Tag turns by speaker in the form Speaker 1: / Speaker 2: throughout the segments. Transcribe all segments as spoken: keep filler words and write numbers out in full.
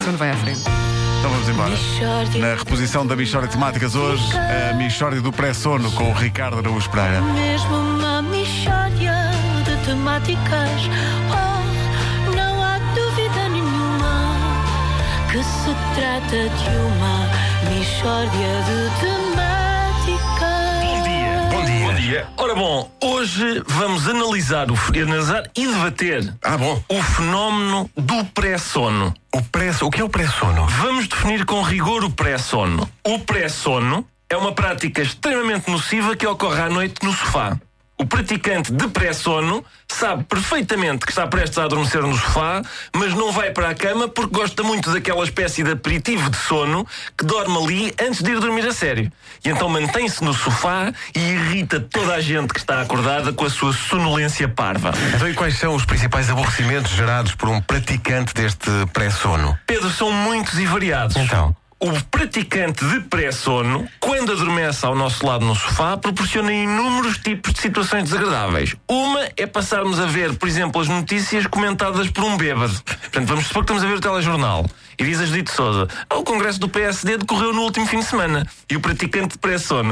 Speaker 1: quando vai à frente.
Speaker 2: Então vamos embora. Na reposição da Mixórdia de Temáticas hoje, a Mixórdia do Pré-Sono com o Ricardo Araújo Pereira.
Speaker 3: Mesmo uma mixórdia de temáticas. Oh, não há dúvida nenhuma que se trata de uma mixórdia de temáticas.
Speaker 4: Bom dia.
Speaker 5: Bom dia.
Speaker 4: Bom dia. Ora bom, hoje vamos analisar, o, analisar e debater
Speaker 5: Ah, bom.
Speaker 4: o fenómeno do pré-sono.
Speaker 5: O pré o que é o pré-sono?
Speaker 4: Vamos definir com rigor o pré-sono. O pré-sono é uma prática extremamente nociva que ocorre à noite no sofá. O praticante de pré-sono sabe perfeitamente que está prestes a adormecer no sofá, mas não vai para a cama porque gosta muito daquela espécie de aperitivo de sono que dorme ali antes de ir dormir a sério. E então mantém-se no sofá e irrita toda a gente que está acordada com a sua sonolência parva.
Speaker 5: Então, e quais são os principais aborrecimentos gerados por um praticante deste pré-sono?
Speaker 4: Pedro, são muitos e variados.
Speaker 5: Então?
Speaker 4: O praticante de pré-sono, quando adormece ao nosso lado no sofá, proporciona inúmeros tipos de situações desagradáveis. Uma é passarmos a ver, por exemplo, as notícias comentadas por um bêbado. Portanto, vamos supor que estamos a ver o telejornal e diz a Judite Sousa: o congresso do P S D decorreu no último fim de semana. E o praticante de pré-sono: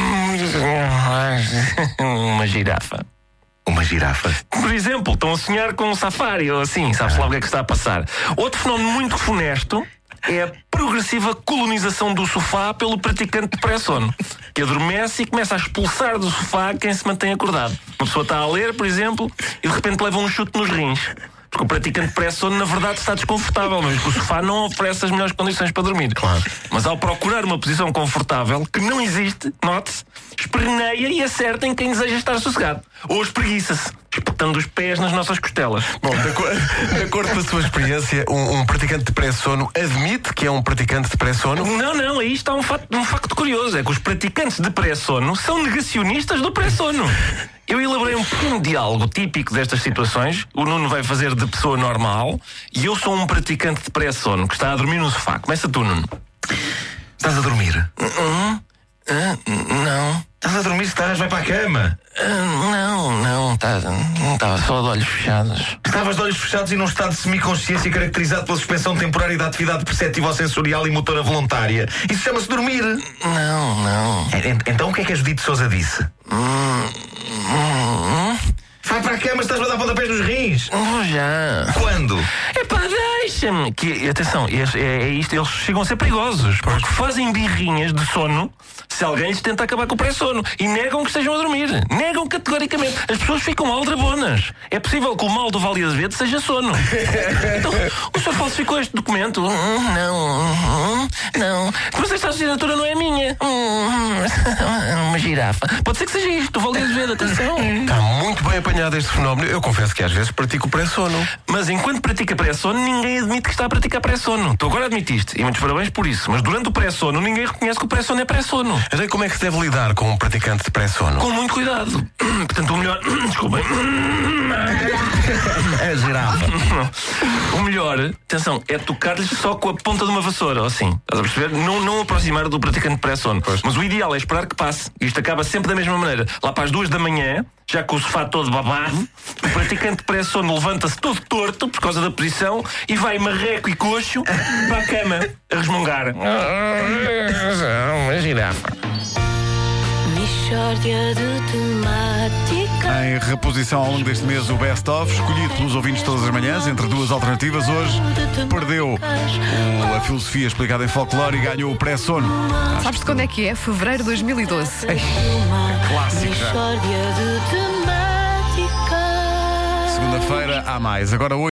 Speaker 4: uma girafa.
Speaker 5: Uma girafa.
Speaker 4: Por exemplo, estão a sonhar com um safari ou assim, sabe-se lá o que é que está a passar. Outro fenómeno muito funesto é a progressiva colonização do sofá pelo praticante de pré-sono, que adormece e começa a expulsar do sofá quem se mantém acordado. Uma pessoa está a ler, por exemplo, e de repente leva um chute nos rins. Porque o praticante de pré-sono, na verdade, está desconfortável, mas que o sofá não oferece as melhores condições para dormir.
Speaker 5: Claro.
Speaker 4: Mas ao procurar uma posição confortável, que não existe, note-se, esperneia e acerta em quem deseja estar sossegado. Ou espreguiça-se, espetando os pés nas nossas costelas.
Speaker 5: Bom, de, aco de acordo com a sua experiência, um, um praticante de pré-sono admite que é um praticante de pré-sono?
Speaker 4: Não, não, aí está um facto, um facto curioso. É que os praticantes de pré-sono são negacionistas do pré-sono. Eu elaborei um pequeno diálogo típico destas situações. O Nuno vai fazer de pessoa normal e eu sou um praticante de pré-sono que está a dormir no sofá. Começa tu, Nuno.
Speaker 5: Estás a dormir?
Speaker 4: Hum? Ah, não.
Speaker 5: Estás a dormir, estás? Vai para a cama.
Speaker 4: Ah, não, não. Tá, não estava só de olhos fechados.
Speaker 5: Estavas de olhos fechados e num estado de semiconsciência caracterizado pela suspensão temporária da atividade perceptivo-sensorial e motora voluntária. Isso chama-se dormir.
Speaker 4: Não, não.
Speaker 5: É, então o que é que a Judite Sousa disse?
Speaker 4: Hum, hum,
Speaker 5: Vai para a cama, estás a dar pontapés nos rins.
Speaker 4: Vou já.
Speaker 5: Quando?
Speaker 4: Epá, deixa-me. Que, atenção, é, é isto, eles chegam a ser perigosos, porque fazem birrinhas de sono se alguém lhes tenta acabar com o pré-sono e negam que estejam a dormir. Negam categoricamente. As pessoas ficam aldrabonas. É possível que o mal do Vale Azevedo seja sono. Então, o senhor falsificou este documento? Hum, não, hum, não. Mas esta assinatura não é minha. Hum, uma girafa. Pode ser que seja isto, do Vale Azevedo, atenção.
Speaker 5: Está muito bem apanhado este fenómeno. Eu confesso que às vezes pratico o pré-sono.
Speaker 4: Mas enquanto pratica pré-sono, ninguém admite que está a praticar pré-sono. Tu agora admitiste, e muitos parabéns por isso. Mas durante o pré-sono, ninguém reconhece que o pré-sono é pré-sono.
Speaker 5: Então, como é que se deve lidar com um praticante de pré-sono?
Speaker 4: Com muito cuidado. Portanto, o melhor... Desculpem.
Speaker 5: É girafa.
Speaker 4: O melhor, atenção, é tocar-lhes só com a ponta de uma vassoura, ou assim. Estás a perceber? Não, não aproximar do praticante de pré-sono. Mas o ideal é esperar que passe. Isto acaba sempre da mesma maneira. Lá para as duas da manhã, já com o sofá todo babado, o praticante de pré-sono levanta-se todo torto por causa da posição e vai marreco e coxo para a cama a resmungar. Uma girafa.
Speaker 3: Mixórdia de temáticas.
Speaker 2: Em reposição ao longo deste mês, o Best Of, escolhido pelos ouvintes todas as manhãs, entre duas alternativas. Hoje perdeu o, a filosofia explicada em folclore e ganhou o pré-sono.
Speaker 1: Sabes de quando é que é? Fevereiro de dois mil e doze.
Speaker 2: Clássico já.
Speaker 3: Mixórdia de temáticas.
Speaker 2: Segunda-feira há mais. Agora